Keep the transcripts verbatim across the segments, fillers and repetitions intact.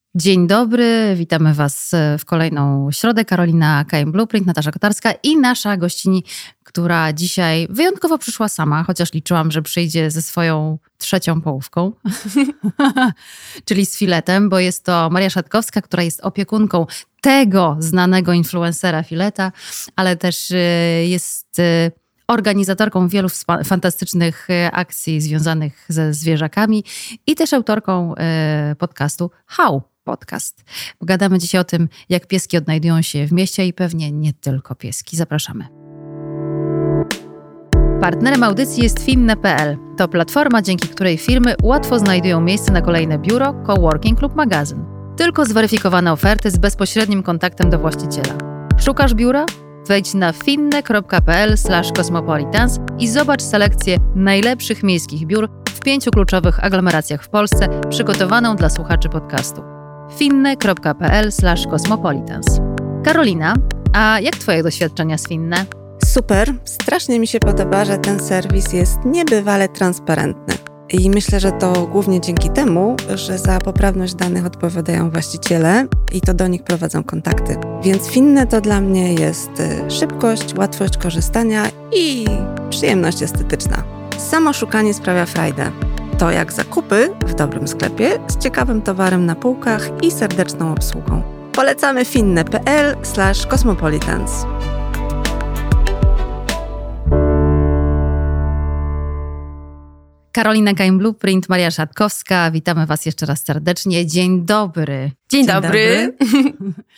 Dzień dobry, witamy Was w kolejną środę. Karolina K M Blueprint, Natasza Kotarska i nasza gościni, która dzisiaj wyjątkowo przyszła sama, chociaż liczyłam, że przyjdzie ze swoją trzecią połówką, czyli z filetem, bo jest to Maria Szatkowska, która jest opiekunką tego znanego influencera Fileta, ale też jest organizatorką wielu fantastycznych akcji związanych ze zwierzakami i też autorką podcastu How Podcast. Pogadamy dzisiaj o tym, jak pieski odnajdują się w mieście i pewnie nie tylko pieski. Zapraszamy. Partnerem audycji jest finne kropka p l. To platforma, dzięki której firmy łatwo znajdują miejsce na kolejne biuro, coworking lub magazyn. Tylko zweryfikowane oferty z bezpośrednim kontaktem do właściciela. Szukasz biura? Wejdź na finne kropka p l slash cosmopolitans i zobacz selekcję najlepszych miejskich biur w pięciu kluczowych aglomeracjach w Polsce, przygotowaną dla słuchaczy podcastu. finne kropka p l slash cosmopolitans. Karolina, a jak Twoje doświadczenia z Finne? Super, strasznie mi się podoba, że ten serwis jest niebywale transparentny. I myślę, że to głównie dzięki temu, że za poprawność danych odpowiadają właściciele i to do nich prowadzą kontakty. Więc Finne to dla mnie jest szybkość, łatwość korzystania i przyjemność estetyczna. Samo szukanie sprawia frajdę. To jak zakupy w dobrym sklepie z ciekawym towarem na półkach i serdeczną obsługą. Polecamy finne kropka p l slash cosmopolitans. Karolina K M Blueprint, Maria Szatkowska. Witamy Was jeszcze raz serdecznie. Dzień dobry. Dzień, Dzień dobry. dobry.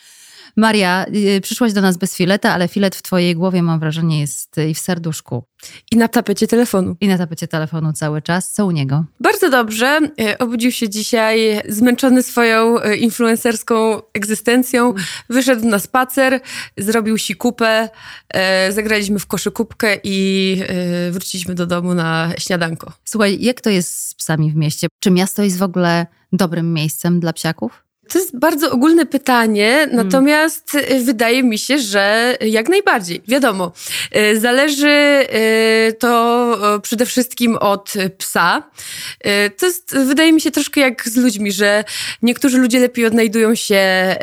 Maria, przyszłaś do nas bez fileta, ale filet w Twojej głowie, mam wrażenie, jest i w serduszku. I na tapecie telefonu. I na tapecie telefonu cały czas. Co u niego? Bardzo dobrze. Obudził się dzisiaj zmęczony swoją influencerską egzystencją. Wyszedł na spacer, zrobił si kupę, zagraliśmy w koszykówkę i wróciliśmy do domu na śniadanko. Słuchaj, jak to jest z psami w mieście? Czy miasto jest w ogóle dobrym miejscem dla psiaków? To jest bardzo ogólne pytanie, natomiast hmm. wydaje mi się, że jak najbardziej. Wiadomo, zależy to przede wszystkim od psa. To jest, wydaje mi się, troszkę jak z ludźmi, że niektórzy ludzie lepiej odnajdują się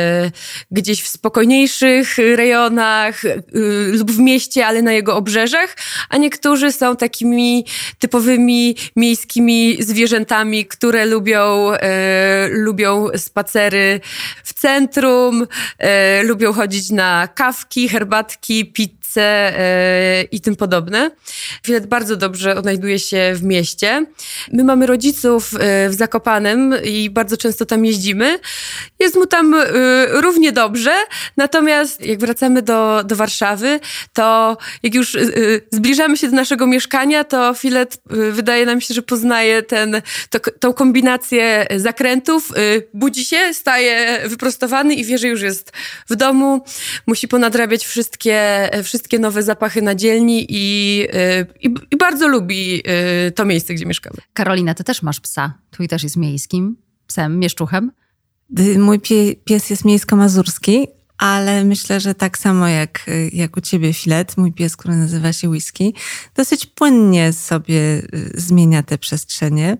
gdzieś w spokojniejszych rejonach lub w mieście, ale na jego obrzeżach, a niektórzy są takimi typowymi miejskimi zwierzętami, które lubią, lubią spacery w centrum, e, lubią chodzić na kawki, herbatki, pizzę e, i tym podobne. Filet bardzo dobrze odnajduje się w mieście. My mamy rodziców e, w Zakopanem i bardzo często tam jeździmy. Jest mu tam e, równie dobrze, natomiast jak wracamy do, do Warszawy, to jak już e, zbliżamy się do naszego mieszkania, to Filet e, wydaje nam się, że poznaje ten, to, tą kombinację zakrętów, e, budzi się, staje wyprostowany i wie, że już jest w domu. Musi ponadrabiać wszystkie, wszystkie nowe zapachy na dzielni i, i, i bardzo lubi to miejsce, gdzie mieszkamy. Karolina, ty też masz psa. Twój też jest miejskim psem, mieszczuchem. Mój pie, pies jest miejsko-mazurski, ale myślę, że tak samo jak, jak u ciebie Filet, mój pies, który nazywa się Whisky, dosyć płynnie sobie zmienia te przestrzenie.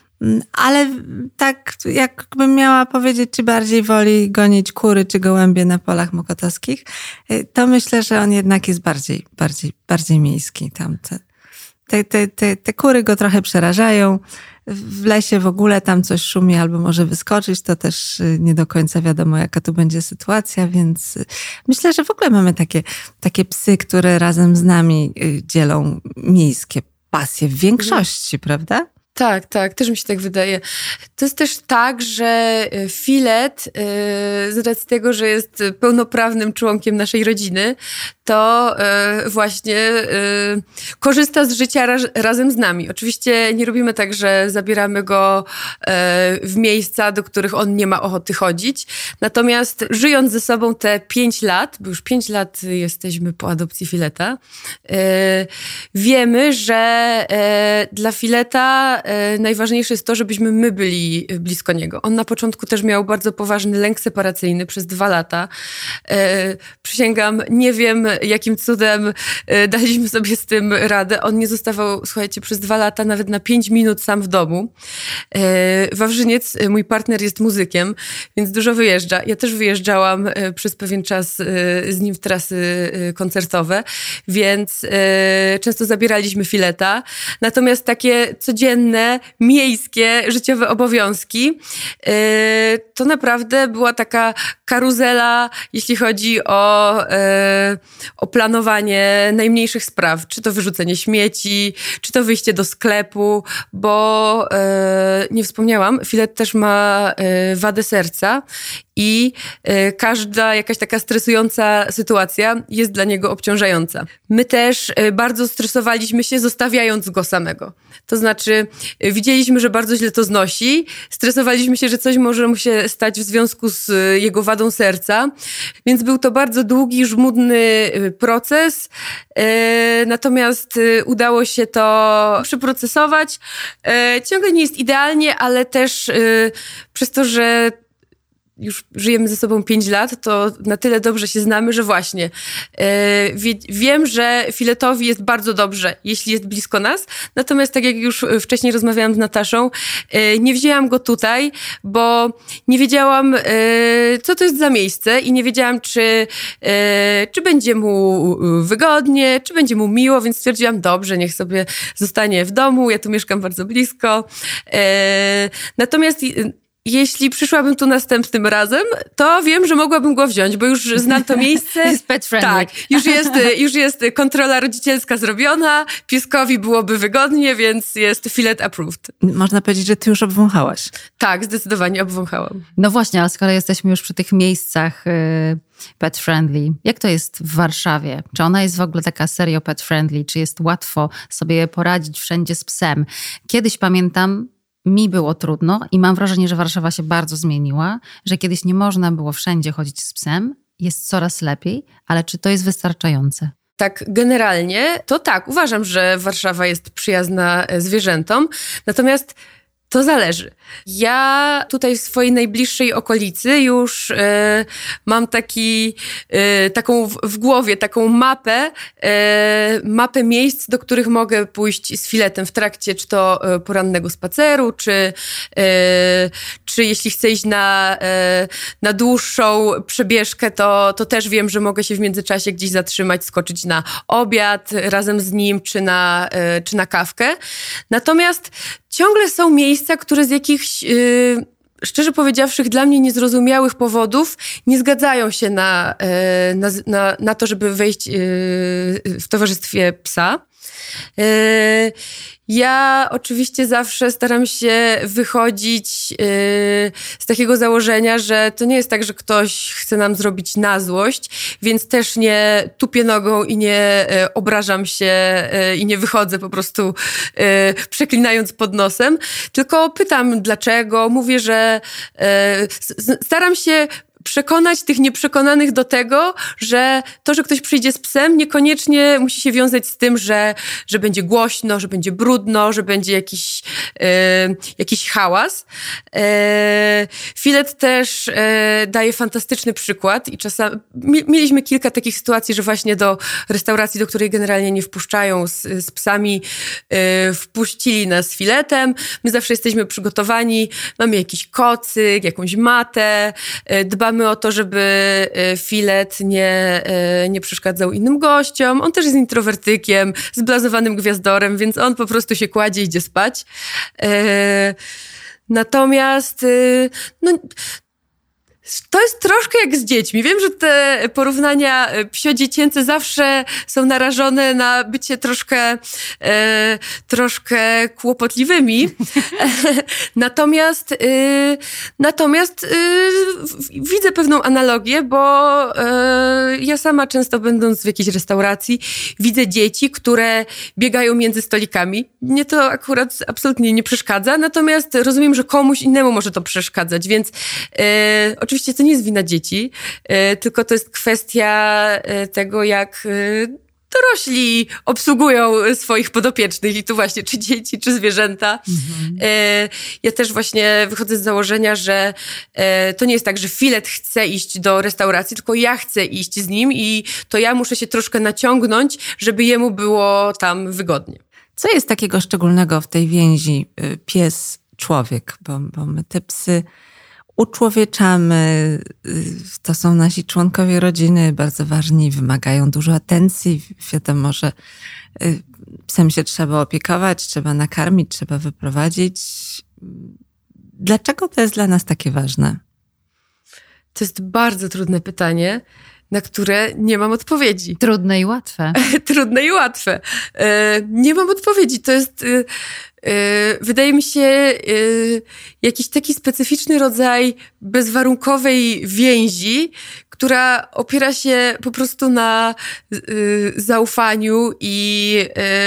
Ale tak jakbym miała powiedzieć, czy bardziej woli gonić kury czy gołębie na polach mokotowskich, to myślę, że on jednak jest bardziej, bardziej, bardziej miejski. Tam te, te, te, te, te kury go trochę przerażają. W lesie w ogóle tam coś szumi albo może wyskoczyć, to też nie do końca wiadomo, jaka tu będzie sytuacja, więc myślę, że w ogóle mamy takie, takie psy, które razem z nami dzielą miejskie pasje w większości, prawda? Tak, tak, też mi się tak wydaje. To jest też tak, że Filet, z racji tego, że jest pełnoprawnym członkiem naszej rodziny, to właśnie korzysta z życia razem z nami. Oczywiście nie robimy tak, że zabieramy go w miejsca, do których on nie ma ochoty chodzić. Natomiast żyjąc ze sobą te pięć lat, bo już pięć lat jesteśmy po adopcji Fileta, wiemy, że dla Fileta e, najważniejsze jest to, żebyśmy my byli blisko niego. On na początku też miał bardzo poważny lęk separacyjny przez dwa lata. E, przysięgam, nie wiem jakim cudem e, daliśmy sobie z tym radę. On nie zostawał, słuchajcie, przez dwa lata nawet na pięć minut sam w domu. E, Wawrzyniec, mój partner, jest muzykiem, więc dużo wyjeżdża. Ja też wyjeżdżałam e, przez pewien czas e, z nim w trasy e, koncertowe, więc e, często zabieraliśmy Fileta. Natomiast takie codzienne, miejskie, życiowe obowiązki, e, to naprawdę była taka karuzela, jeśli chodzi o, e, o planowanie najmniejszych spraw. Czy to wyrzucenie śmieci, czy to wyjście do sklepu, bo e, nie wspomniałam, Filet też ma e, wadę serca i e, każda jakaś taka stresująca sytuacja jest dla niego obciążająca. My też e, bardzo stresowaliśmy się, zostawiając go samego. To znaczy e, widzieliśmy, że bardzo źle to znosi, stresowaliśmy się, że coś może mu się stać w związku z e, jego wadą serca, więc był to bardzo długi, żmudny e, proces, e, natomiast e, udało się to przeprocesować. E, ciągle nie jest idealnie, ale też e, przez to, że już żyjemy ze sobą pięć lat, to na tyle dobrze się znamy, że właśnie e, wie, wiem, że Filetowi jest bardzo dobrze, jeśli jest blisko nas. Natomiast tak jak już wcześniej rozmawiałam z Nataszą, e, nie wzięłam go tutaj, bo nie wiedziałam, e, co to jest za miejsce i nie wiedziałam, czy, e, czy będzie mu wygodnie, czy będzie mu miło, więc stwierdziłam, dobrze, niech sobie zostanie w domu, ja tu mieszkam bardzo blisko. E, natomiast jeśli przyszłabym tu następnym razem, to wiem, że mogłabym go wziąć, bo już znam to miejsce. Jest pet friendly. Tak, już jest, już jest kontrola rodzicielska zrobiona, pieskowi byłoby wygodnie, więc jest Filet approved. Można powiedzieć, że ty już obwąchałaś. Tak, zdecydowanie obwąchałam. No właśnie, ale skoro jesteśmy już przy tych miejscach y, pet friendly, jak to jest w Warszawie? Czy ona jest w ogóle taka serio pet friendly? Czy jest łatwo sobie poradzić wszędzie z psem? Kiedyś pamiętam, mi było trudno i mam wrażenie, że Warszawa się bardzo zmieniła, że kiedyś nie można było wszędzie chodzić z psem, jest coraz lepiej, ale czy to jest wystarczające? Tak, generalnie to tak, uważam, że Warszawa jest przyjazna zwierzętom, natomiast to zależy. Ja tutaj w swojej najbliższej okolicy już e, mam taki, e, taką w, w głowie taką mapę, e, mapę miejsc, do których mogę pójść z Filetem w trakcie czy to e, porannego spaceru, czy, e, czy jeśli chcę iść na, e, na dłuższą przebieżkę, to, to też wiem, że mogę się w międzyczasie gdzieś zatrzymać, skoczyć na obiad razem z nim, czy na, e, czy na kawkę. Natomiast ciągle są miejsca, które z jakichś, yy, szczerze powiedziawszy, dla mnie niezrozumiałych powodów nie zgadzają się na, yy, na, na, na to, żeby wejść yy, w towarzystwie psa. Yy, ja oczywiście zawsze staram się wychodzić yy, z takiego założenia, że to nie jest tak, że ktoś chce nam zrobić na złość, więc też nie tupię nogą i nie yy, obrażam się yy, i nie wychodzę po prostu yy, przeklinając pod nosem, tylko pytam dlaczego, mówię, że yy, staram się przekonać tych nieprzekonanych do tego, że to, że ktoś przyjdzie z psem, niekoniecznie musi się wiązać z tym, że, że będzie głośno, że będzie brudno, że będzie jakiś, e, jakiś hałas. E, Filet też e, daje fantastyczny przykład i czasami mieliśmy kilka takich sytuacji, że właśnie do restauracji, do której generalnie nie wpuszczają z, z psami, e, wpuścili nas z Filetem. My zawsze jesteśmy przygotowani, mamy jakiś kocyk, jakąś matę, e, dbamy o to, żeby Filet nie, nie przeszkadzał innym gościom. On też jest introwertykiem, zblazowanym gwiazdorem, więc on po prostu się kładzie i idzie spać. Natomiast no, to jest troszkę jak z dziećmi. Wiem, że te porównania psio-dziecięce zawsze są narażone na bycie troszkę, e, troszkę kłopotliwymi. natomiast e, natomiast e, widzę pewną analogię, bo e, ja sama często będąc w jakiejś restauracji widzę dzieci, które biegają między stolikami. Mnie to akurat absolutnie nie przeszkadza, natomiast rozumiem, że komuś innemu może to przeszkadzać, więc e, oczywiście Oczywiście to nie jest wina dzieci, tylko to jest kwestia tego, jak dorośli obsługują swoich podopiecznych i tu właśnie czy dzieci, czy zwierzęta. Mhm. E, ja też właśnie wychodzę z założenia, że e, to nie jest tak, że Filet chce iść do restauracji, tylko ja chcę iść z nim i to ja muszę się troszkę naciągnąć, żeby jemu było tam wygodnie. Co jest takiego szczególnego w tej więzi pies-człowiek? Bo, bo my te psy uczłowieczamy, to są nasi członkowie rodziny, bardzo ważni, wymagają dużo atencji. Wiadomo, że psem się trzeba opiekować, trzeba nakarmić, trzeba wyprowadzić. Dlaczego to jest dla nas takie ważne? To jest bardzo trudne pytanie, na które nie mam odpowiedzi. Trudne i łatwe. Trudne i łatwe. Nie mam odpowiedzi. To jest, wydaje mi się, jakiś taki specyficzny rodzaj bezwarunkowej więzi, która opiera się po prostu na zaufaniu i,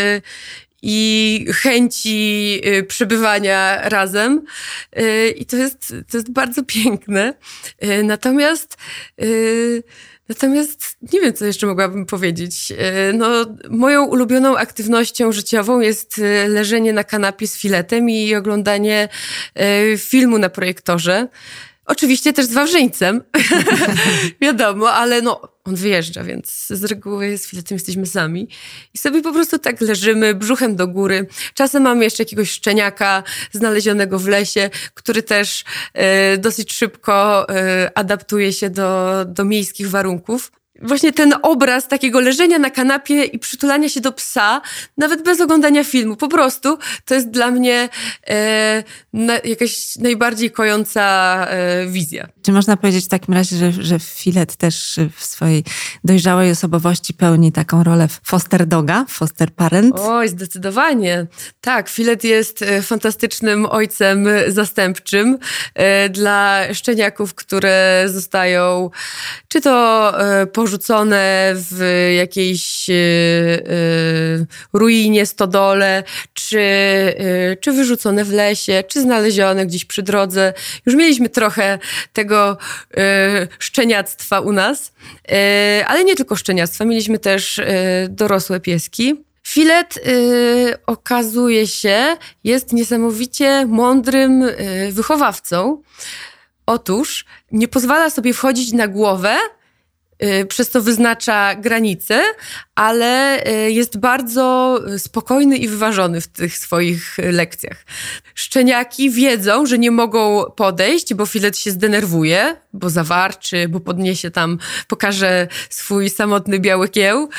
i chęci przebywania razem. I to jest, to jest bardzo piękne. Natomiast Natomiast nie wiem, co jeszcze mogłabym powiedzieć. No, moją ulubioną aktywnością życiową jest leżenie na kanapie z Filetem i oglądanie filmu na projektorze. Oczywiście też z Wawrzyńcem, wiadomo, ale no, on wyjeżdża, więc z reguły z Filetem jesteśmy sami. I sobie po prostu tak leżymy, brzuchem do góry. Czasem mamy jeszcze jakiegoś szczeniaka znalezionego w lesie, który też e, dosyć szybko e, adaptuje się do, do miejskich warunków. Właśnie ten obraz takiego leżenia na kanapie i przytulania się do psa, nawet bez oglądania filmu, po prostu to jest dla mnie e, na, jakaś najbardziej kojąca e, wizja. Czy można powiedzieć w takim razie, że, że Filet też w swojej dojrzałej osobowości pełni taką rolę foster doga, foster parent? Oj, zdecydowanie. Tak, Filet jest fantastycznym ojcem zastępczym e, dla szczeniaków, które zostają czy to e, porzucone w jakiejś y, y, ruinie, stodole, czy, y, czy wyrzucone w lesie, czy znalezione gdzieś przy drodze. Już mieliśmy trochę tego y, szczeniactwa u nas, y, ale nie tylko szczeniactwa, mieliśmy też y, dorosłe pieski. Filet y, okazuje się, jest niesamowicie mądrym y, wychowawcą. Otóż nie pozwala sobie wchodzić na głowę, przez to wyznacza granice, ale jest bardzo spokojny i wyważony w tych swoich lekcjach. Szczeniaki wiedzą, że nie mogą podejść, bo Filet się zdenerwuje, bo zawarczy, bo podniesie tam, pokaże swój samotny biały kieł,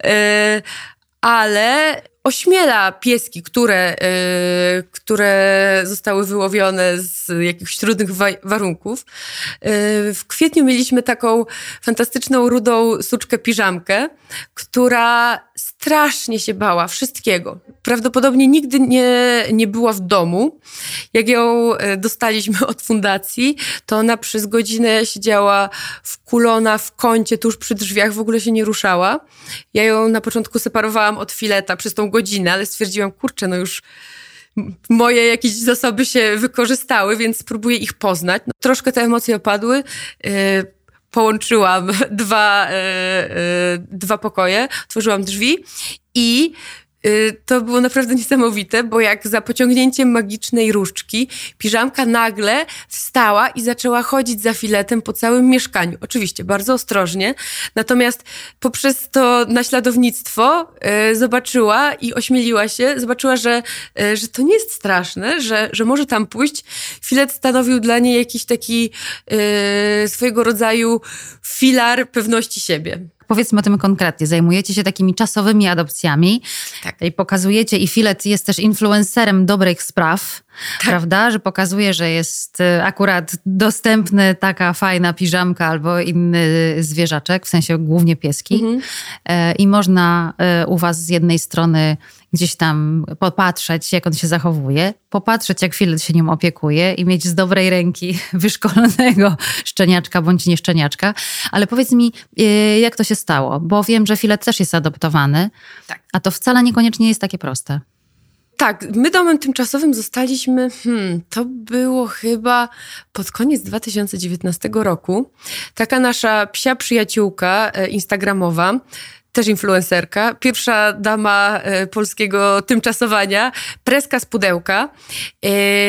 ale ośmiela pieski, które, yy, które zostały wyłowione z jakichś trudnych wa- warunków. Yy, w kwietniu mieliśmy taką fantastyczną, rudą suczkę piżamkę, która strasznie się bała wszystkiego. Prawdopodobnie nigdy nie, nie była w domu. Jak ją dostaliśmy od fundacji, to ona przez godzinę siedziała wkulona w kącie, tuż przy drzwiach, w ogóle się nie ruszała. Ja ją na początku separowałam od Fileta przez tą godzinę, ale stwierdziłam, kurczę, no już moje jakieś zasoby się wykorzystały, więc spróbuję ich poznać. No, troszkę te emocje opadły. Yy, połączyłam dwa, yy, yy, dwa pokoje, otworzyłam drzwi i to było naprawdę niesamowite, bo jak za pociągnięciem magicznej różdżki piżamka nagle wstała i zaczęła chodzić za Filetem po całym mieszkaniu. Oczywiście bardzo ostrożnie, natomiast poprzez to naśladownictwo y, zobaczyła i ośmieliła się, zobaczyła, że, y, że to nie jest straszne, że, że może tam pójść. Filet stanowił dla niej jakiś taki y, swojego rodzaju filar pewności siebie. Powiedzmy o tym konkretnie. Zajmujecie się takimi czasowymi adopcjami. Tak. I pokazujecie, i Filet jest też influencerem dobrych spraw, tak. Prawda? Że pokazuje, że jest akurat dostępny taka fajna piżamka albo inny zwierzaczek, w sensie głównie pieski. Mhm. I można u was z jednej strony gdzieś tam popatrzeć, jak on się zachowuje, popatrzeć, jak Filet się nim opiekuje i mieć z dobrej ręki wyszkolonego szczeniaczka bądź nie szczeniaczka. Ale powiedz mi, jak to się stało? Bo wiem, że Filet też jest adoptowany, tak. A to wcale niekoniecznie jest takie proste. Tak, my domem tymczasowym zostaliśmy, hmm, to było chyba pod koniec dwa tysiące dziewiętnastego roku. Taka nasza psia przyjaciółka instagramowa też influencerka, pierwsza dama e, polskiego tymczasowania, preska z pudełka. E,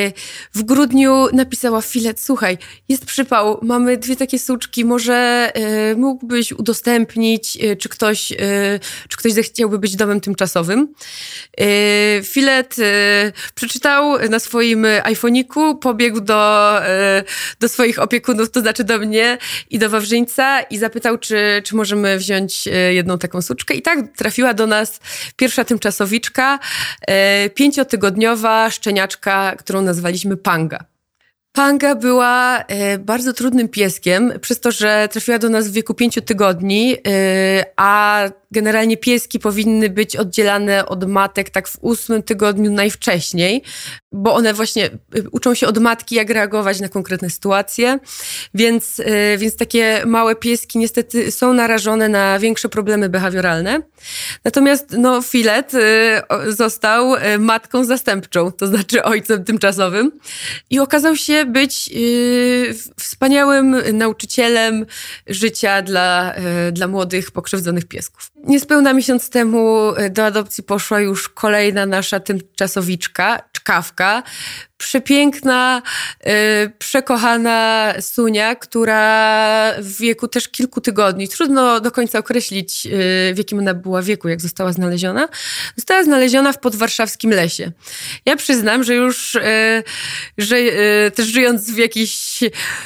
w grudniu napisała: Filet, słuchaj, jest przypał, mamy dwie takie suczki, może e, mógłbyś udostępnić, e, czy, ktoś, e, czy ktoś zechciałby być domem tymczasowym. E, Filet e, przeczytał na swoim iPhoniku, pobiegł do, e, do swoich opiekunów, to znaczy do mnie i do Wawrzyńca i zapytał, czy, czy możemy wziąć e, jedną taką suczkę. I tak trafiła do nas pierwsza tymczasowiczka, e, pięciotygodniowa szczeniaczka, którą nazwaliśmy Panga. Panga była e, bardzo trudnym pieskiem, przez to, że trafiła do nas w wieku pięciu tygodni, e, a generalnie pieski powinny być oddzielane od matek tak w ósmym tygodniu najwcześniej, bo one właśnie uczą się od matki, jak reagować na konkretne sytuacje, więc, e, więc takie małe pieski niestety są narażone na większe problemy behawioralne. Natomiast no, Filet e, został matką zastępczą, to znaczy ojcem tymczasowym i okazał się być y, wspaniałym nauczycielem życia dla, y, dla młodych, pokrzywdzonych piesków. Niespełna miesiąc temu do adopcji poszła już kolejna nasza tymczasowiczka, czkawka. Przepiękna, yy, przekochana Sunia, która w wieku też kilku tygodni, trudno do końca określić, yy, w jakim ona była wieku, jak została znaleziona, została znaleziona w podwarszawskim lesie. Ja przyznam, że już, yy, że yy, też żyjąc w jakiejś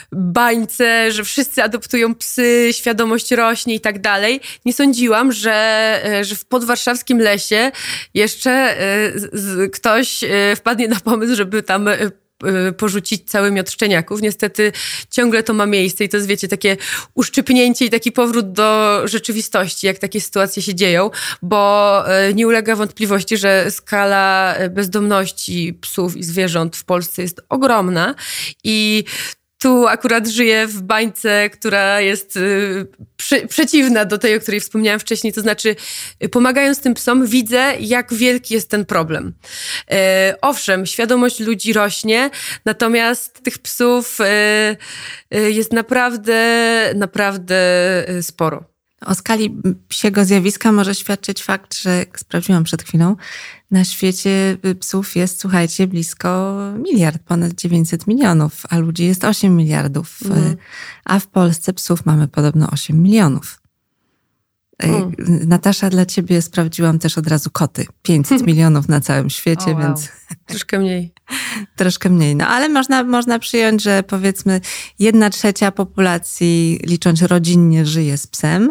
bańce, że wszyscy adoptują psy, świadomość rośnie i tak dalej, nie sądziłam, że, yy, że w podwarszawskim lesie jeszcze yy, z, ktoś yy, wpadnie na pomysł, żeby tam porzucić cały miot szczeniaków. Niestety ciągle to ma miejsce i to jest, wiecie, takie uszczypnięcie i taki powrót do rzeczywistości, jak takie sytuacje się dzieją, bo nie ulega wątpliwości, że skala bezdomności psów i zwierząt w Polsce jest ogromna i tu akurat żyję w bańce, która jest y, przy, przeciwna do tej, o której wspomniałam wcześniej. To znaczy, y, pomagając tym psom, widzę, jak wielki jest ten problem. Y, owszem, świadomość ludzi rośnie, natomiast tych psów y, y, jest naprawdę, naprawdę y, sporo. O skali psiego zjawiska może świadczyć fakt, że, jak sprawdziłam przed chwilą, na świecie psów jest, słuchajcie, blisko miliard, ponad dziewięćset milionów, a ludzi jest osiem miliardów. Mm. A w Polsce psów mamy podobno osiem milionów. Mm. Natasza, dla ciebie sprawdziłam też od razu koty. pięćset milionów na całym świecie, oh, wow. Więc... Troszkę mniej. Troszkę mniej, no ale można, można przyjąć, że powiedzmy jedna trzecia populacji, licząc rodzinnie, żyje z psem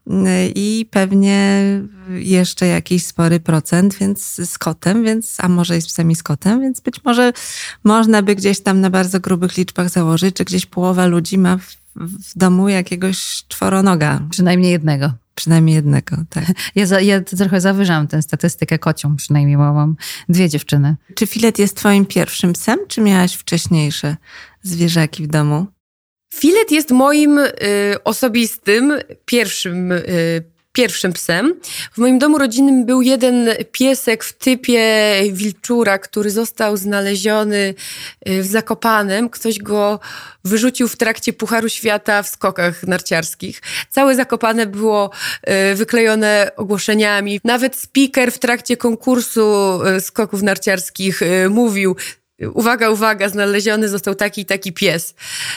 i pewnie jeszcze jakiś spory procent więc z kotem, więc, a może i z psem i z kotem, więc być może można by gdzieś tam na bardzo grubych liczbach założyć, że gdzieś połowa ludzi ma w, w domu jakiegoś czworonoga. Przynajmniej jednego. Przynajmniej jednego, tak. Ja, za, ja trochę zawyżam tę statystykę kocią przynajmniej, bo mam dwie dziewczyny. Czy Filet jest twoim pierwszym psem, czy miałaś wcześniejsze zwierzaki w domu? Filet jest moim y, osobistym pierwszym y, pierwszym psem. W moim domu rodzinnym był jeden piesek w typie wilczura, który został znaleziony w Zakopanem. Ktoś go wyrzucił w trakcie Pucharu Świata w skokach narciarskich. Całe Zakopane było wyklejone ogłoszeniami. Nawet speaker w trakcie konkursu skoków narciarskich mówił: uwaga, uwaga, znaleziony został taki i taki pies.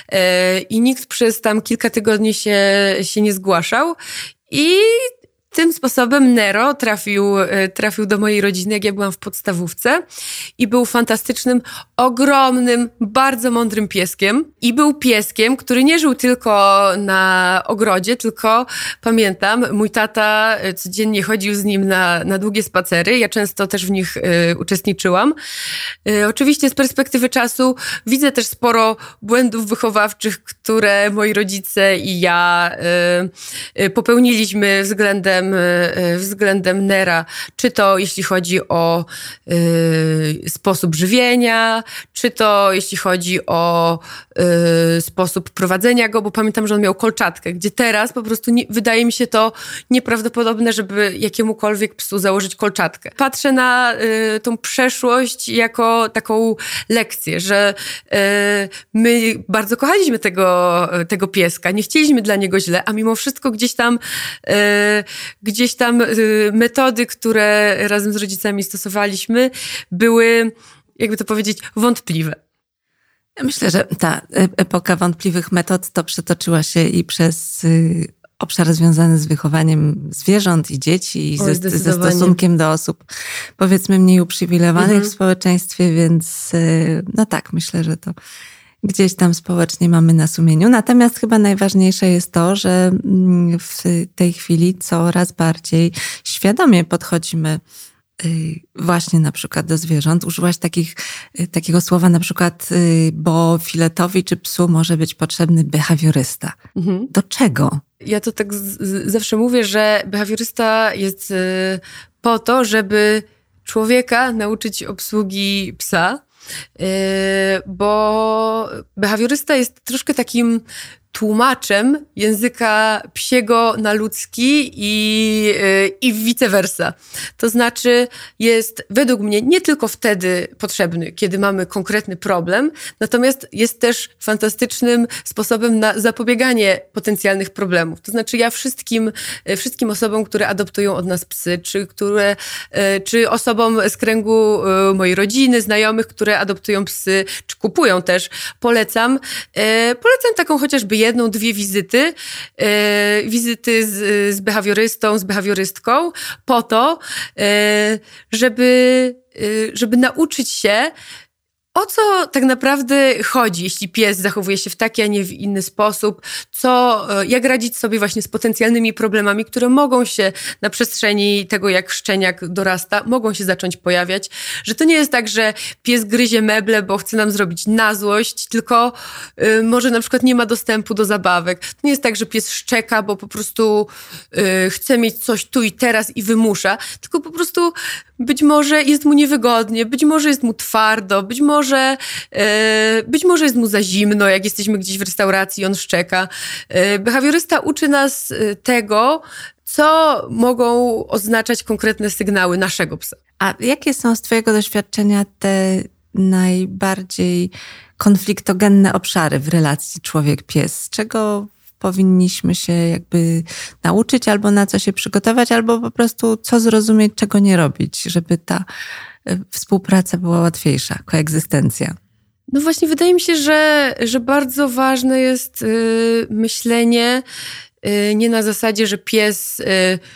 I nikt przez tam kilka tygodni się, się nie zgłaszał. I tym sposobem Nero trafił, trafił do mojej rodziny, jak ja byłam w podstawówce i był fantastycznym, ogromnym, bardzo mądrym pieskiem. I był pieskiem, który nie żył tylko na ogrodzie, tylko pamiętam, mój tata codziennie chodził z nim na, na długie spacery. Ja często też w nich y, uczestniczyłam. Y, oczywiście z perspektywy czasu widzę też sporo błędów wychowawczych, które moi rodzice i ja y, y, popełniliśmy względem względem Nera, czy to jeśli chodzi o y, sposób żywienia, czy to jeśli chodzi o y, sposób prowadzenia go, bo pamiętam, że on miał kolczatkę, gdzie teraz po prostu nie, wydaje mi się to nieprawdopodobne, żeby jakiemukolwiek psu założyć kolczatkę. Patrzę na y, tą przeszłość jako taką lekcję, że y, my bardzo kochaliśmy tego, tego pieska, nie chcieliśmy dla niego źle, a mimo wszystko gdzieś tam, y, gdzieś tam y, metody, które razem z rodzicami stosowaliśmy, były, jakby to powiedzieć, wątpliwe. Ja myślę, że ta epoka wątpliwych metod to przetoczyła się i przez obszar związany z wychowaniem zwierząt i dzieci, i ze, ze stosunkiem do osób, powiedzmy, mniej uprzywilejowanych mhm. w społeczeństwie, więc no tak, myślę, że to gdzieś tam społecznie mamy na sumieniu. Natomiast chyba najważniejsze jest to, że w tej chwili coraz bardziej świadomie podchodzimy właśnie na przykład do zwierząt. Użyłaś takich, takiego słowa na przykład, bo filetowi czy psu może być potrzebny behawiorysta. Mhm. Do czego? Ja to tak z, z, zawsze mówię, że behawiorysta jest y, po to, żeby człowieka nauczyć obsługi psa, y, bo behawiorysta jest troszkę takim tłumaczem języka psiego na ludzki i, yy, i vice versa. To znaczy jest według mnie nie tylko wtedy potrzebny, kiedy mamy konkretny problem, natomiast jest też fantastycznym sposobem na zapobieganie potencjalnych problemów. To znaczy ja wszystkim, wszystkim osobom, które adoptują od nas psy, czy, które, yy, czy osobom z kręgu yy, mojej rodziny, znajomych, które adoptują psy, czy kupują też, polecam. Yy, polecam taką chociażby jedną, dwie wizyty, yy, wizyty z, z behawiorystą, z behawiorystką, po to, yy, żeby, yy, żeby nauczyć się, o co tak naprawdę chodzi, jeśli pies zachowuje się w taki, a nie w inny sposób, co, jak radzić sobie właśnie z potencjalnymi problemami, które mogą się na przestrzeni tego, jak szczeniak dorasta, mogą się zacząć pojawiać, że to nie jest tak, że pies gryzie meble, bo chce nam zrobić na złość, tylko y, może na przykład nie ma dostępu do zabawek. To nie jest tak, że pies szczeka, bo po prostu y, chce mieć coś tu i teraz i wymusza, tylko po prostu być może jest mu niewygodnie, być może jest mu twardo, być może, e, być może jest mu za zimno, jak jesteśmy gdzieś w restauracji i on szczeka. E, behawiorysta uczy nas tego, co mogą oznaczać konkretne sygnały naszego psa. A jakie są z twojego doświadczenia te najbardziej konfliktogenne obszary w relacji człowiek-pies? Czego powinniśmy się jakby nauczyć, albo na co się przygotować, albo po prostu co zrozumieć, czego nie robić, żeby ta współpraca była łatwiejsza, koegzystencja? No właśnie, wydaje mi się, że, że bardzo ważne jest yy, myślenie yy, nie na zasadzie, że pies yy,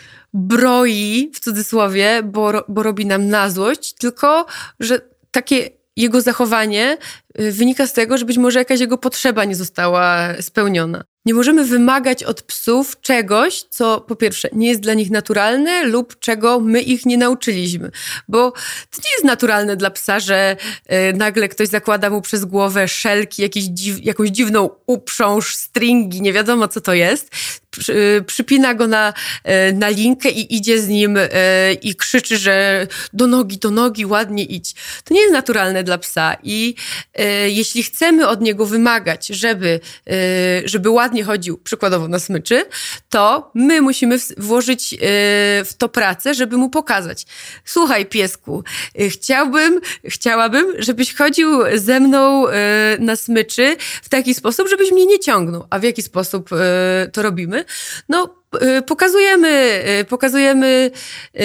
broi, w cudzysłowie, bo, bo robi nam na złość, tylko że takie jego zachowanie wynika z tego, że być może jakaś jego potrzeba nie została spełniona. Nie możemy wymagać od psów czegoś, co po pierwsze nie jest dla nich naturalne lub czego my ich nie nauczyliśmy. Bo to nie jest naturalne dla psa, że y, nagle ktoś zakłada mu przez głowę szelki, jakieś dziw, jakąś dziwną uprząż, stringi, nie wiadomo co to jest. Przy, y, przypina go na, y, na linkę i idzie z nim y, i krzyczy, że do nogi, do nogi, ładnie idź. To nie jest naturalne dla psa i y, jeśli chcemy od niego wymagać, żeby, y, żeby ładnie chodził, przykładowo na smyczy, to my musimy włożyć yy, w to pracę, żeby mu pokazać. Słuchaj, piesku, yy, chciałbym, chciałabym, żebyś chodził ze mną yy, na smyczy w taki sposób, żebyś mnie nie ciągnął. A w jaki sposób yy, to robimy? No, yy, pokazujemy, yy, pokazujemy yy,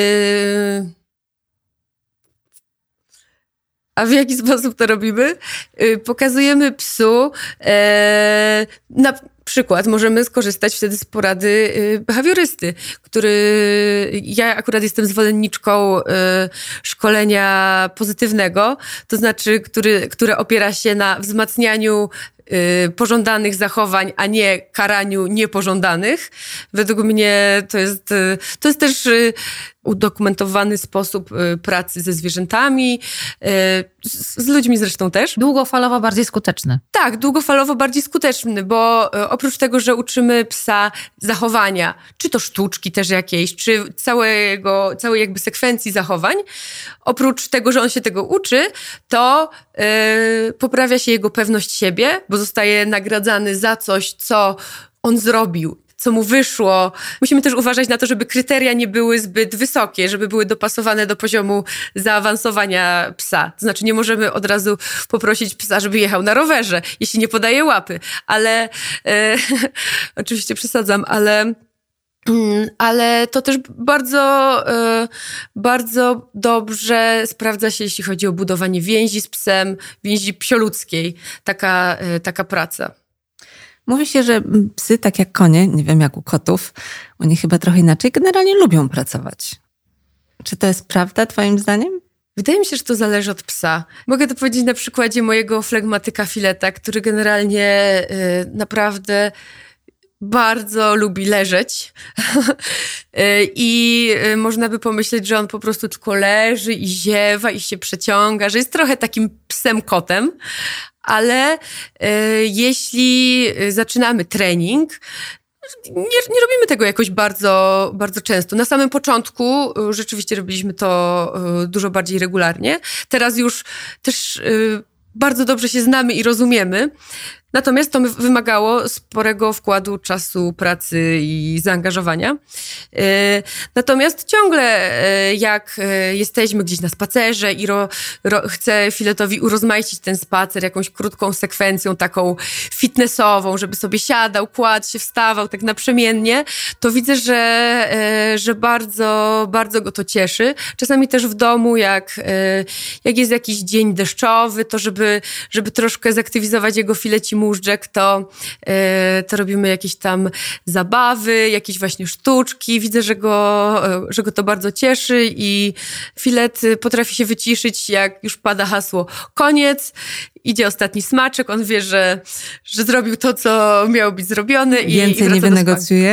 A w jaki sposób to robimy? Yy, pokazujemy psu yy, na przykład możemy skorzystać wtedy z porady behawiorysty, który ja akurat jestem zwolenniczką szkolenia pozytywnego, to znaczy, który, które opiera się na wzmacnianiu pożądanych zachowań, a nie karaniu niepożądanych. Według mnie to jest, to jest też udokumentowany sposób pracy ze zwierzętami, z, z ludźmi zresztą też. Długofalowo bardziej skuteczny. Tak, długofalowo bardziej skuteczny, bo oprócz tego, że uczymy psa zachowania, czy to sztuczki też jakiejś, czy całego, całej jakby sekwencji zachowań, oprócz tego, że on się tego uczy, to yy, poprawia się jego pewność siebie, bo zostaje nagradzany za coś, co on zrobił, co mu wyszło. Musimy też uważać na to, żeby kryteria nie były zbyt wysokie, żeby były dopasowane do poziomu zaawansowania psa. To znaczy nie możemy od razu poprosić psa, żeby jechał na rowerze, jeśli nie podaje łapy. Ale e, oczywiście przesadzam, ale... Ale to też bardzo, bardzo dobrze sprawdza się, jeśli chodzi o budowanie więzi z psem, więzi psioludzkiej, taka, taka praca. Mówi się, że psy, tak jak konie, nie wiem jak u kotów, oni chyba trochę inaczej, generalnie lubią pracować. Czy to jest prawda twoim zdaniem? Wydaje mi się, że to zależy od psa. Mogę to powiedzieć na przykładzie mojego flegmatyka Fileta, który generalnie y, naprawdę bardzo lubi leżeć i można by pomyśleć, że on po prostu tylko leży i ziewa i się przeciąga, że jest trochę takim psem-kotem, ale jeśli zaczynamy trening, Nie, nie robimy tego jakoś bardzo, bardzo często. Na samym początku rzeczywiście robiliśmy to dużo bardziej regularnie. Teraz już też bardzo dobrze się znamy i rozumiemy. Natomiast to wymagało sporego wkładu czasu, pracy i zaangażowania. Natomiast ciągle jak jesteśmy gdzieś na spacerze i ro, ro, chcę Filetowi urozmaicić ten spacer jakąś krótką sekwencją taką fitnessową, żeby sobie siadał, kładł się, wstawał tak naprzemiennie, to widzę, że, że bardzo, bardzo go to cieszy. Czasami też w domu, jak, jak jest jakiś dzień deszczowy, to żeby, żeby troszkę zaktywizować jego fileci móżdżek, to, yy, to robimy jakieś tam zabawy, jakieś właśnie sztuczki. Widzę, że go, yy, że go to bardzo cieszy i Filet potrafi się wyciszyć, jak już pada hasło koniec, idzie ostatni smaczek, on wie, że, że zrobił to, co miało być zrobione. I, Więcej i nie wynegocjuje?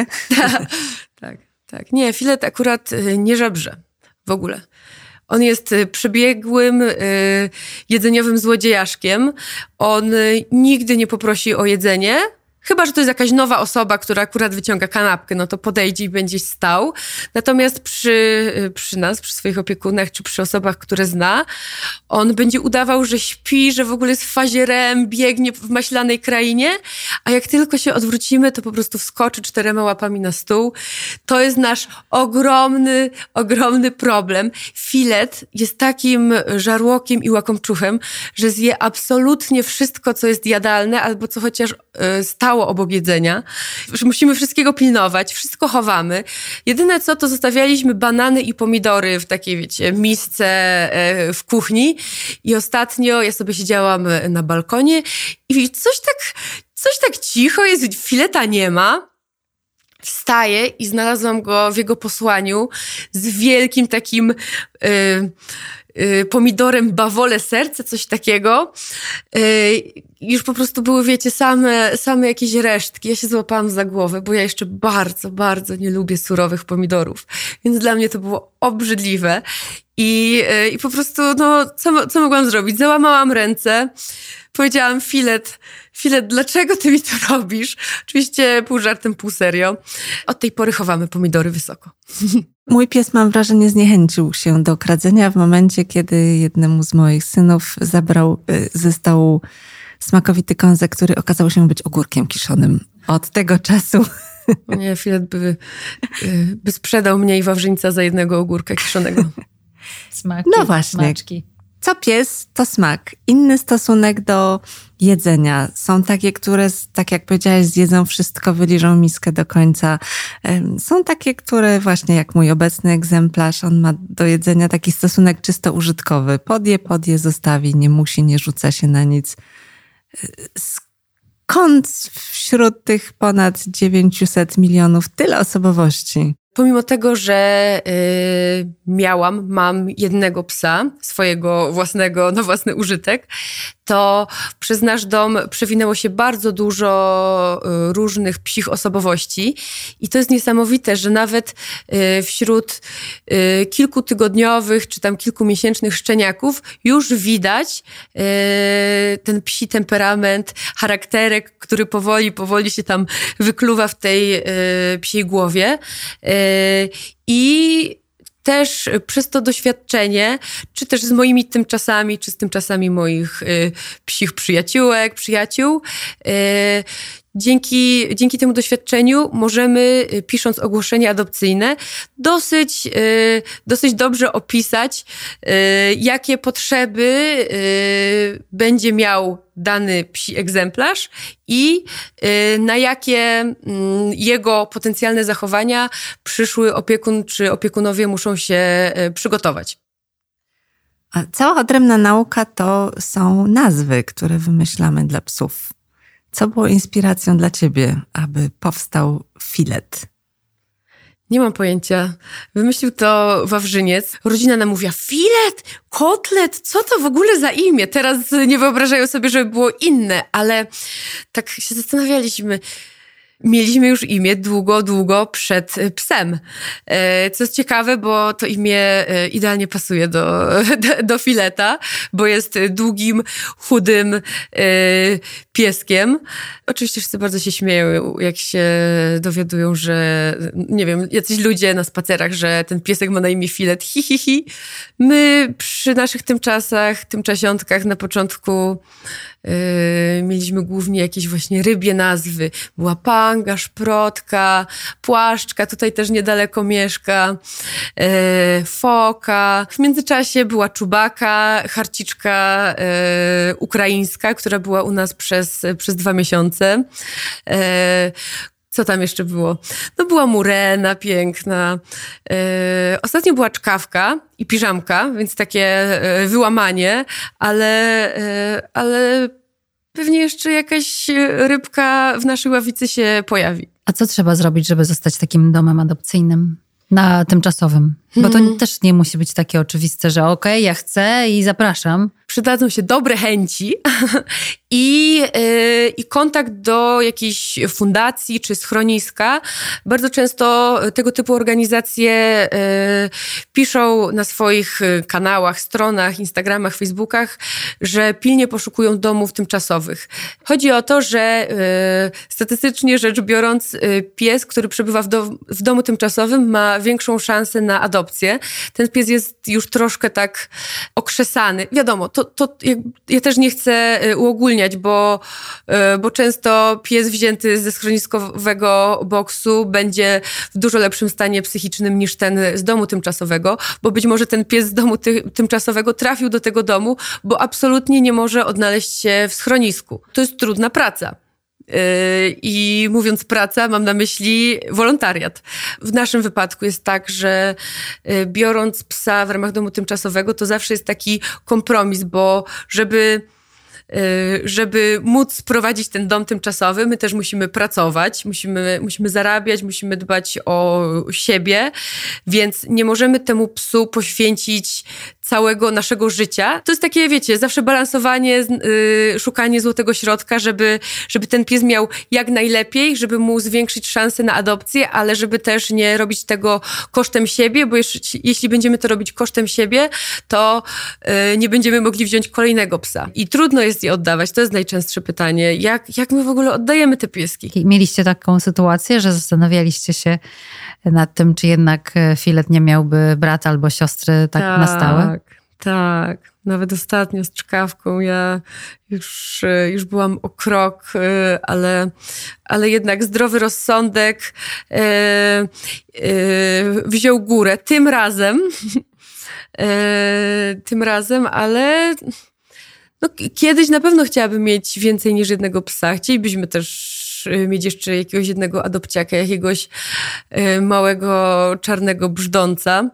tak, tak. Nie, Filet akurat nie żebrze w ogóle. On jest przebiegłym, y, jedzeniowym złodziejaszkiem. On y, nigdy nie poprosi o jedzenie, chyba że to jest jakaś nowa osoba, która akurat wyciąga kanapkę, no to podejdzie i będzie stał. Natomiast przy, y, przy nas, przy swoich opiekunach, czy przy osobach, które zna, on będzie udawał, że śpi, że w ogóle jest w fazie R E M, biegnie w maślanej krainie, a jak tylko się odwrócimy, to po prostu wskoczy czterema łapami na stół. To jest nasz ogromny, ogromny problem. Filet jest takim żarłokiem i łakomczuchem, że zje absolutnie wszystko, co jest jadalne, albo co chociaż y, stało obok jedzenia. Musimy wszystkiego pilnować, wszystko chowamy. Jedyne co, to zostawialiśmy banany i pomidory w takiej, wiecie, misce y, w kuchni. I ostatnio ja sobie siedziałam na balkonie i coś tak, coś tak cicho jest, Fileta nie ma. Wstaję i znalazłam go w jego posłaniu z wielkim takim y, y, pomidorem bawole serce, coś takiego. Y, już po prostu były, wiecie, same, same jakieś resztki. Ja się złapałam za głowę, bo ja jeszcze bardzo, bardzo nie lubię surowych pomidorów. Więc dla mnie to było obrzydliwe. I, i po prostu, no, co, co mogłam zrobić? Załamałam ręce, powiedziałam, Filet, Filet, dlaczego ty mi to robisz? Oczywiście pół żartem, pół serio. Od tej pory chowamy pomidory wysoko. Mój pies, mam wrażenie, zniechęcił się do kradzenia w momencie, kiedy jednemu z moich synów zabrał ze stołu smakowity kąsek, który okazał się być ogórkiem kiszonym. Od tego czasu... Nie, Filet by, by sprzedał mnie i Wawrzyńca za jednego ogórka kiszonego. Smaki, no właśnie. Smaczki. Co pies, to smak. Inny stosunek do jedzenia. Są takie, które, tak jak powiedziałaś, zjedzą wszystko, wyliżą miskę do końca. Są takie, które właśnie jak mój obecny egzemplarz, on ma do jedzenia taki stosunek czysto użytkowy. Podje, podje, zostawi, nie musi, nie rzuca się na nic. Skąd wśród tych ponad dziewięćset milionów tyle osobowości? Pomimo tego, że y, miałam, mam jednego psa, swojego własnego, na własny użytek, to przez nasz dom przewinęło się bardzo dużo y, różnych psich osobowości i to jest niesamowite, że nawet y, wśród y, kilkutygodniowych czy tam kilkumiesięcznych szczeniaków już widać y, ten psi temperament, charakterek, który powoli, powoli się tam wykluwa w tej y, psiej głowie. Y, I też przez to doświadczenie, czy też z moimi tymczasami, czy z tymczasami moich y, psich przyjaciółek, przyjaciół, y, Dzięki, dzięki temu doświadczeniu możemy, pisząc ogłoszenie adopcyjne, dosyć, dosyć dobrze opisać, jakie potrzeby będzie miał dany psi egzemplarz i na jakie jego potencjalne zachowania przyszły opiekun czy opiekunowie muszą się przygotować. A cała odrębna nauka to są nazwy, które wymyślamy dla psów. Co było inspiracją dla ciebie, aby powstał Filet? Nie mam pojęcia. Wymyślił to Wawrzyniec. Rodzina namówiła, Filet, kotlet, co to w ogóle za imię? Teraz nie wyobrażają sobie, żeby było inne, ale tak się zastanawialiśmy. Mieliśmy już imię długo, długo przed psem. Co jest ciekawe, bo to imię idealnie pasuje do, do, do Fileta, bo jest długim, chudym pieskiem. Oczywiście wszyscy bardzo się śmieją, jak się dowiadują, że nie wiem, jacyś ludzie na spacerach, że ten piesek ma na imię Filet. Hi, hi, hi. My przy naszych tymczasach, tymczasiątkach na początku Yy, mieliśmy głównie jakieś właśnie rybie nazwy. Była panga, szprotka, płaszczka, tutaj też niedaleko mieszka, yy, foka. W międzyczasie była czubaka, harciczka yy, ukraińska, która była u nas przez, przez dwa miesiące. Yy, Co tam jeszcze było? No była murena piękna. Yy, ostatnio była czkawka i piżamka, więc takie yy, wyłamanie, ale, yy, ale pewnie jeszcze jakaś rybka w naszej ławicy się pojawi. A co trzeba zrobić, żeby zostać takim domem adopcyjnym? Na tymczasowym. Bo to Hmm. też nie musi być takie oczywiste, że okej, okay, ja chcę i zapraszam. Przydadzą się dobre chęci i, yy, i kontakt do jakiejś fundacji czy schroniska. Bardzo często tego typu organizacje yy, piszą na swoich kanałach, stronach, Instagramach, Facebookach, że pilnie poszukują domów tymczasowych. Chodzi o to, że yy, statystycznie rzecz biorąc yy, pies, który przebywa w, do, w domu tymczasowym, ma większą szansę na adopcję. Ten pies jest już troszkę tak okrzesany. Wiadomo, to, to ja też nie chcę uogólniać, bo, bo często pies wzięty ze schroniskowego boksu będzie w dużo lepszym stanie psychicznym niż ten z domu tymczasowego, bo być może ten pies z domu ty, tymczasowego trafił do tego domu, bo absolutnie nie może odnaleźć się w schronisku. To jest trudna praca. I mówiąc praca, mam na myśli wolontariat. W naszym wypadku jest tak, że biorąc psa w ramach domu tymczasowego, to zawsze jest taki kompromis, bo żeby żeby móc prowadzić ten dom tymczasowy, my też musimy pracować, musimy, musimy zarabiać, musimy dbać o siebie, więc nie możemy temu psu poświęcić całego naszego życia. To jest takie, wiecie, zawsze balansowanie, yy, szukanie złotego środka, żeby, żeby ten pies miał jak najlepiej, żeby mu zwiększyć szanse na adopcję, ale żeby też nie robić tego kosztem siebie, bo jeśli, jeśli będziemy to robić kosztem siebie, to yy, nie będziemy mogli wziąć kolejnego psa. I trudno jest je oddawać. To jest najczęstsze pytanie. Jak, jak my w ogóle oddajemy te pieski? Mieliście taką sytuację, że zastanawialiście się nad tym, czy jednak Filet nie miałby brata albo siostry tak, tak na stałe? Tak, tak. Nawet ostatnio z czkawką ja już, już byłam o krok, ale, ale jednak zdrowy rozsądek e, e, wziął górę. Tym razem, e, tym razem, ale no, kiedyś na pewno chciałabym mieć więcej niż jednego psa. Chcielibyśmy też mieć jeszcze jakiegoś jednego adopciaka, jakiegoś e, małego czarnego brzdąca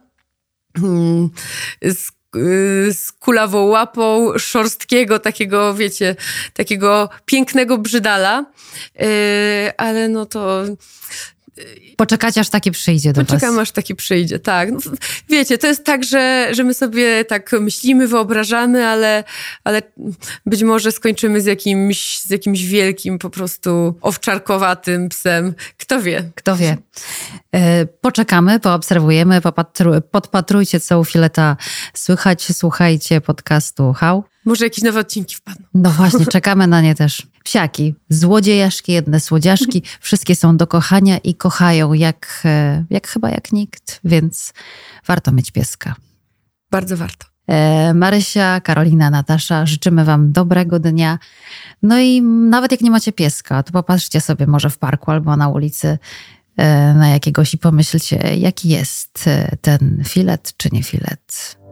z z kulawą łapą, szorstkiego, takiego, wiecie, takiego pięknego brzydala, yy, ale no to... Poczekać, aż taki przyjdzie do was. Poczekam, aż taki przyjdzie, tak. No, wiecie, to jest tak, że, że my sobie tak myślimy, wyobrażamy, ale, ale być może skończymy z jakimś, z jakimś wielkim, po prostu owczarkowatym psem. Kto wie? Kto wie. Poczekamy, poobserwujemy, popatru- podpatrujcie, co u Fileta słychać, słuchajcie podcastu How. Może jakieś nowe odcinki wpadną. No właśnie, czekamy na nie też. Psiaki, złodziejaszki, jedne słodziaszki, wszystkie są do kochania i kochają jak, jak chyba jak nikt, więc warto mieć pieska. Bardzo warto. E, Marysia, Karolina, Natasza, życzymy wam dobrego dnia. No i nawet jak nie macie pieska, to popatrzcie sobie może w parku albo na ulicy e, na jakiegoś i pomyślcie, jaki jest ten filet czy nie filet.